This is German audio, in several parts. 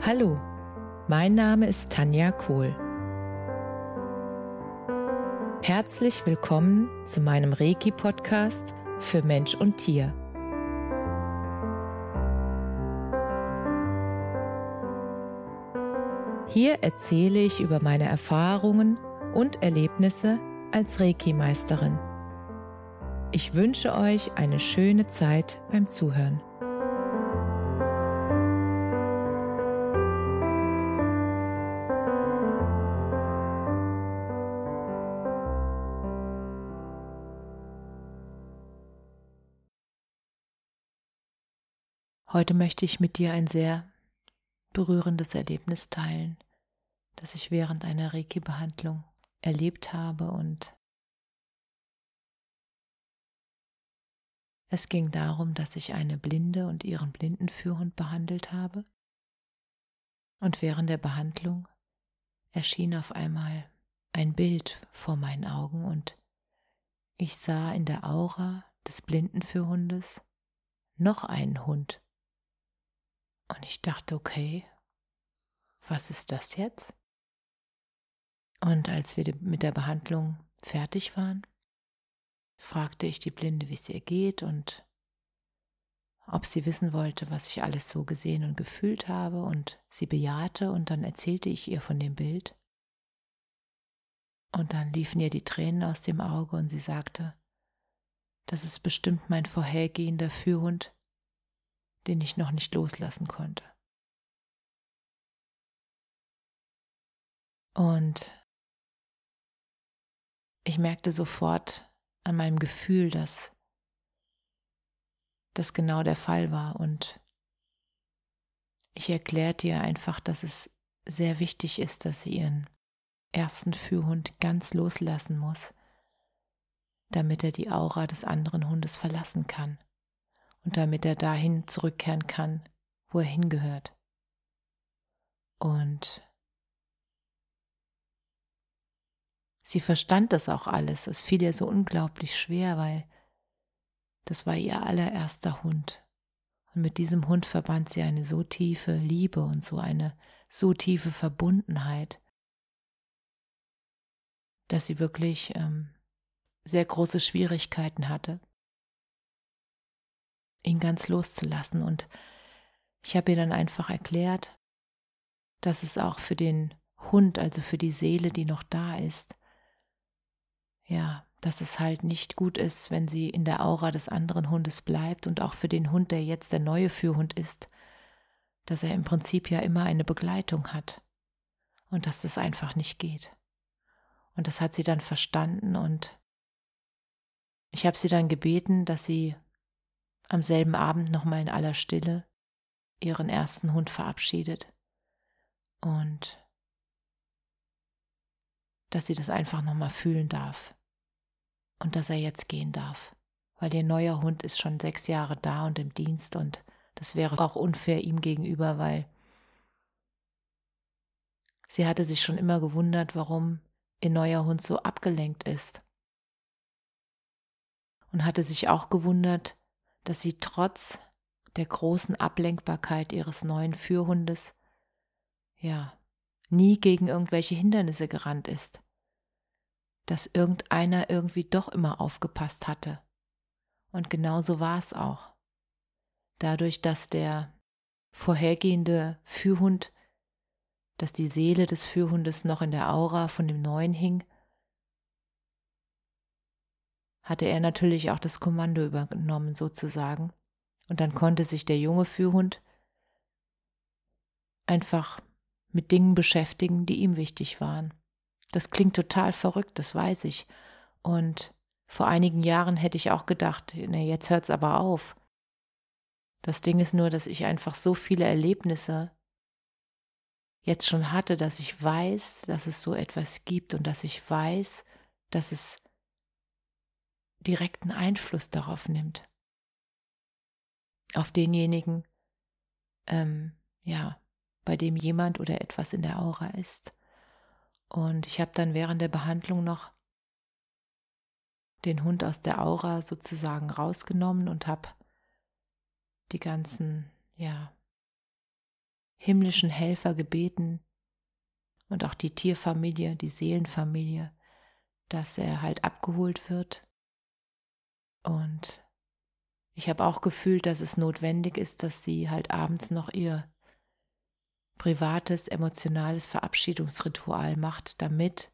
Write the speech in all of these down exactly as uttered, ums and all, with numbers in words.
Hallo, mein Name ist Tanja Kohl. Herzlich willkommen zu meinem Reiki-Podcast für Mensch und Tier. Hier erzähle ich über meine Erfahrungen und Erlebnisse als Reiki-Meisterin. Ich wünsche euch eine schöne Zeit beim Zuhören. Heute möchte ich mit dir ein sehr berührendes Erlebnis teilen, das ich während einer Reiki-Behandlung erlebt habe, und es ging darum, dass ich eine Blinde und ihren Blindenführhund behandelt habe, und während der Behandlung erschien auf einmal ein Bild vor meinen Augen und ich sah in der Aura des Blindenführhundes noch einen Hund. Und ich dachte, okay, was ist das jetzt? Und als wir mit der Behandlung fertig waren, fragte ich die Blinde, wie es ihr geht und ob sie wissen wollte, was ich alles so gesehen und gefühlt habe, und sie bejahte, und dann erzählte ich ihr von dem Bild. Und dann liefen ihr die Tränen aus dem Auge und sie sagte, das ist bestimmt mein vorhergehender Führhund, den ich noch nicht loslassen konnte. Und ich merkte sofort an meinem Gefühl, dass das genau der Fall war, und ich erklärte ihr einfach, dass es sehr wichtig ist, dass sie ihren ersten Führhund ganz loslassen muss, damit er die Aura des anderen Hundes verlassen kann und damit er dahin zurückkehren kann, wo er hingehört. Und sie verstand das auch alles. Es fiel ihr so unglaublich schwer, weil das war ihr allererster Hund. Und mit diesem Hund verband sie eine so tiefe Liebe und so eine so tiefe Verbundenheit, dass sie wirklich ähm, sehr große Schwierigkeiten hatte, ihn ganz loszulassen. Und ich habe ihr dann einfach erklärt, dass es auch für den Hund, also für die Seele, die noch da ist, ja, dass es halt nicht gut ist, wenn sie in der Aura des anderen Hundes bleibt, und auch für den Hund, der jetzt der neue Führhund ist, dass er im Prinzip ja immer eine Begleitung hat und dass das einfach nicht geht. Und das hat sie dann verstanden, und ich habe sie dann gebeten, dass sie am selben Abend nochmal in aller Stille ihren ersten Hund verabschiedet und dass sie das einfach nochmal fühlen darf und dass er jetzt gehen darf, weil ihr neuer Hund ist schon sechs Jahre da und im Dienst, und das wäre auch unfair ihm gegenüber, weil sie hatte sich schon immer gewundert, warum ihr neuer Hund so abgelenkt ist, und hatte sich auch gewundert, dass sie trotz der großen Ablenkbarkeit ihres neuen Führhundes ja nie gegen irgendwelche Hindernisse gerannt ist, dass irgendeiner irgendwie doch immer aufgepasst hatte. Und genau so war es auch. Dadurch, dass der vorhergehende Führhund, dass die Seele des Führhundes noch in der Aura von dem Neuen hing, hatte er natürlich auch das Kommando übernommen sozusagen. Und dann konnte sich der junge Führhund einfach mit Dingen beschäftigen, die ihm wichtig waren. Das klingt total verrückt, das weiß ich. Und vor einigen Jahren hätte ich auch gedacht, ne, jetzt hört's aber auf. Das Ding ist nur, dass ich einfach so viele Erlebnisse jetzt schon hatte, dass ich weiß, dass es so etwas gibt und dass ich weiß, dass es direkten Einfluss darauf nimmt. Auf denjenigen, ähm, ja, bei dem jemand oder etwas in der Aura ist. Und ich habe dann während der Behandlung noch den Hund aus der Aura sozusagen rausgenommen und habe die ganzen, ja, himmlischen Helfer gebeten und auch die Tierfamilie, die Seelenfamilie, dass er halt abgeholt wird. Und ich habe auch gefühlt, dass es notwendig ist, dass sie halt abends noch ihr privates, emotionales Verabschiedungsritual macht, damit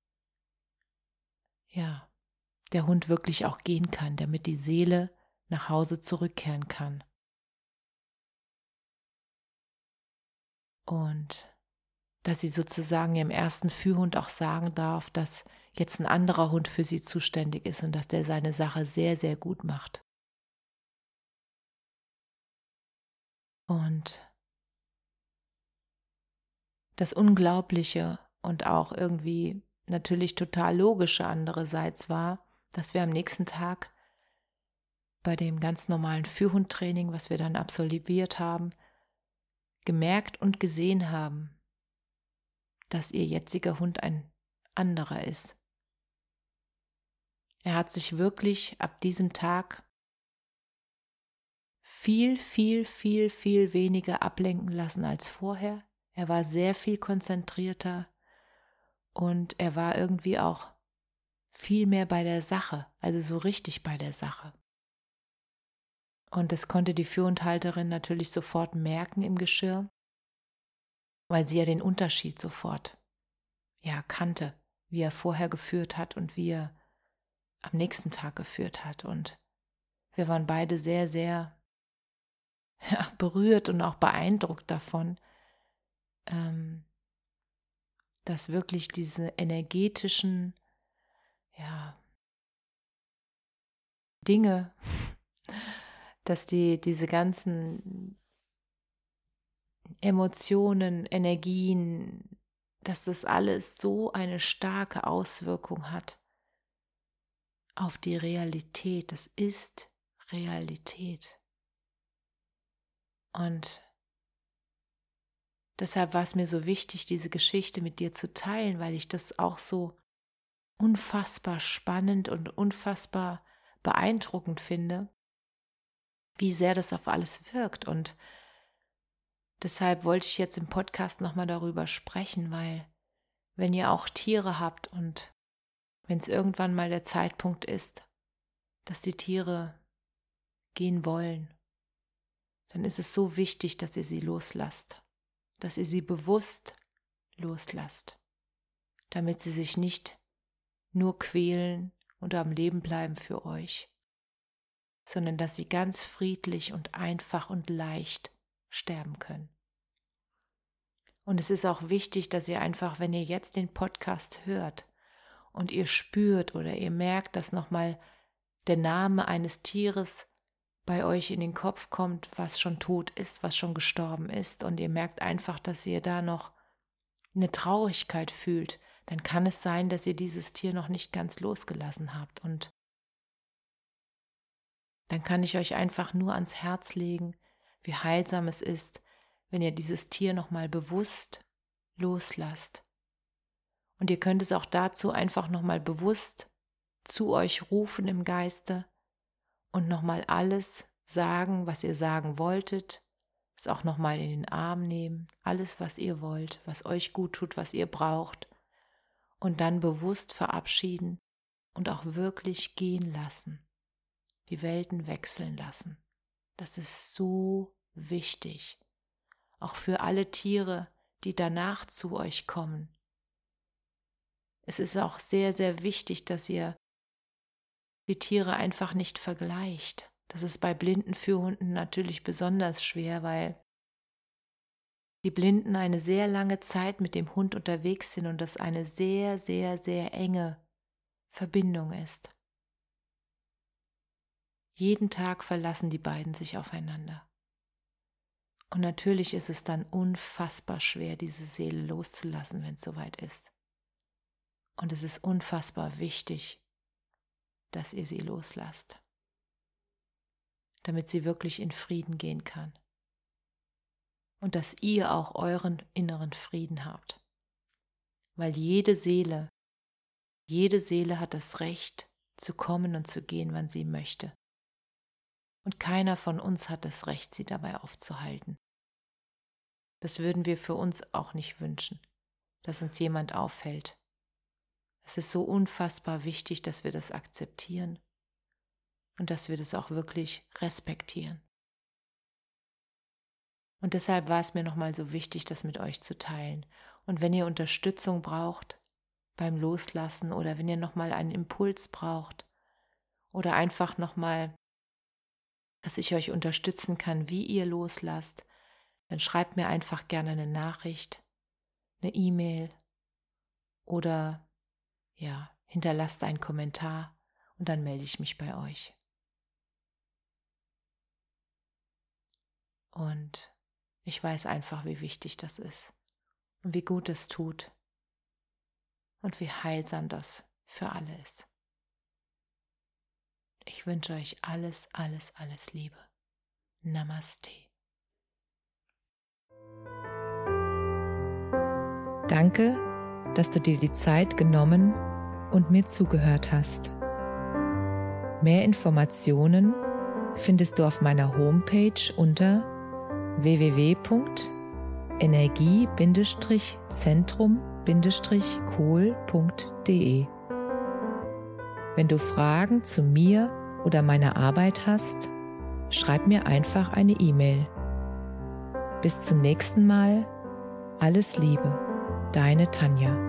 ja, der Hund wirklich auch gehen kann, damit die Seele nach Hause zurückkehren kann. Und dass sie sozusagen ihrem ersten Führhund auch sagen darf, dass jetzt ein anderer Hund für sie zuständig ist und dass der seine Sache sehr, sehr gut macht. Und das Unglaubliche und auch irgendwie natürlich total logische andererseits war, dass wir am nächsten Tag bei dem ganz normalen Führhundtraining, was wir dann absolviert haben, gemerkt und gesehen haben, dass ihr jetziger Hund ein anderer ist. Er hat sich wirklich ab diesem Tag viel, viel, viel, viel weniger ablenken lassen als vorher. Er war sehr viel konzentrierter und er war irgendwie auch viel mehr bei der Sache, also so richtig bei der Sache. Und das konnte die Führhundhalterin natürlich sofort merken im Geschirr, weil sie ja den Unterschied sofort ja kannte, wie er vorher geführt hat und wie er am nächsten Tag geführt hat. Und wir waren beide sehr, sehr ja, berührt und auch beeindruckt davon, ähm, dass wirklich diese energetischen ja, Dinge, dass die diese ganzen Emotionen, Energien, dass das alles so eine starke Auswirkung hat auf die Realität. Das ist Realität. Und deshalb war es mir so wichtig, diese Geschichte mit dir zu teilen, weil ich das auch so unfassbar spannend und unfassbar beeindruckend finde, wie sehr das auf alles wirkt. Und deshalb wollte ich jetzt im Podcast nochmal darüber sprechen, weil wenn ihr auch Tiere habt und wenn es irgendwann mal der Zeitpunkt ist, dass die Tiere gehen wollen, dann ist es so wichtig, dass ihr sie loslasst, dass ihr sie bewusst loslasst, damit sie sich nicht nur quälen und am Leben bleiben für euch, sondern dass sie ganz friedlich und einfach und leicht sterben können. Und es ist auch wichtig, dass ihr einfach, wenn ihr jetzt den Podcast hört und ihr spürt oder ihr merkt, dass nochmal der Name eines Tieres bei euch in den Kopf kommt, was schon tot ist, was schon gestorben ist, und ihr merkt einfach, dass ihr da noch eine Traurigkeit fühlt, dann kann es sein, dass ihr dieses Tier noch nicht ganz losgelassen habt. Und dann kann ich euch einfach nur ans Herz legen, wie heilsam es ist, wenn ihr dieses Tier nochmal bewusst loslasst. Und ihr könnt es auch dazu einfach nochmal bewusst zu euch rufen im Geiste und nochmal alles sagen, was ihr sagen wolltet, es auch nochmal in den Arm nehmen, alles, was ihr wollt, was euch gut tut, was ihr braucht, und dann bewusst verabschieden und auch wirklich gehen lassen, die Welten wechseln lassen. Das ist so wichtig, auch für alle Tiere, die danach zu euch kommen. Es ist auch sehr, sehr wichtig, dass ihr die Tiere einfach nicht vergleicht. Das ist bei blinden Führhunden natürlich besonders schwer, weil die Blinden eine sehr lange Zeit mit dem Hund unterwegs sind und das eine sehr, sehr, sehr enge Verbindung ist. Jeden Tag verlassen die beiden sich aufeinander. Und natürlich ist es dann unfassbar schwer, diese Seele loszulassen, wenn es soweit ist. Und es ist unfassbar wichtig, dass ihr sie loslasst, damit sie wirklich in Frieden gehen kann. Und dass ihr auch euren inneren Frieden habt. Weil jede Seele, jede Seele hat das Recht, zu kommen und zu gehen, wann sie möchte. Und keiner von uns hat das Recht, sie dabei aufzuhalten. Das würden wir für uns auch nicht wünschen, dass uns jemand auffällt. Es ist so unfassbar wichtig, dass wir das akzeptieren und dass wir das auch wirklich respektieren. Und deshalb war es mir nochmal so wichtig, das mit euch zu teilen. Und wenn ihr Unterstützung braucht beim Loslassen oder wenn ihr nochmal einen Impuls braucht oder einfach nochmal, dass ich euch unterstützen kann, wie ihr loslasst, dann schreibt mir einfach gerne eine Nachricht, eine E-Mail oder ja, hinterlasst einen Kommentar und dann melde ich mich bei euch. Und ich weiß einfach, wie wichtig das ist und wie gut es tut und wie heilsam das für alle ist. Ich wünsche euch alles, alles, alles Liebe. Namaste. Danke, dass du dir die Zeit genommen und mir zugehört hast. Mehr Informationen findest du auf meiner Homepage unter w w w punkt energie zentrum kohl punkt de. Wenn du Fragen zu mir oder meiner Arbeit hast, schreib mir einfach eine E-Mail. Bis zum nächsten Mal. Alles Liebe, deine Tanja.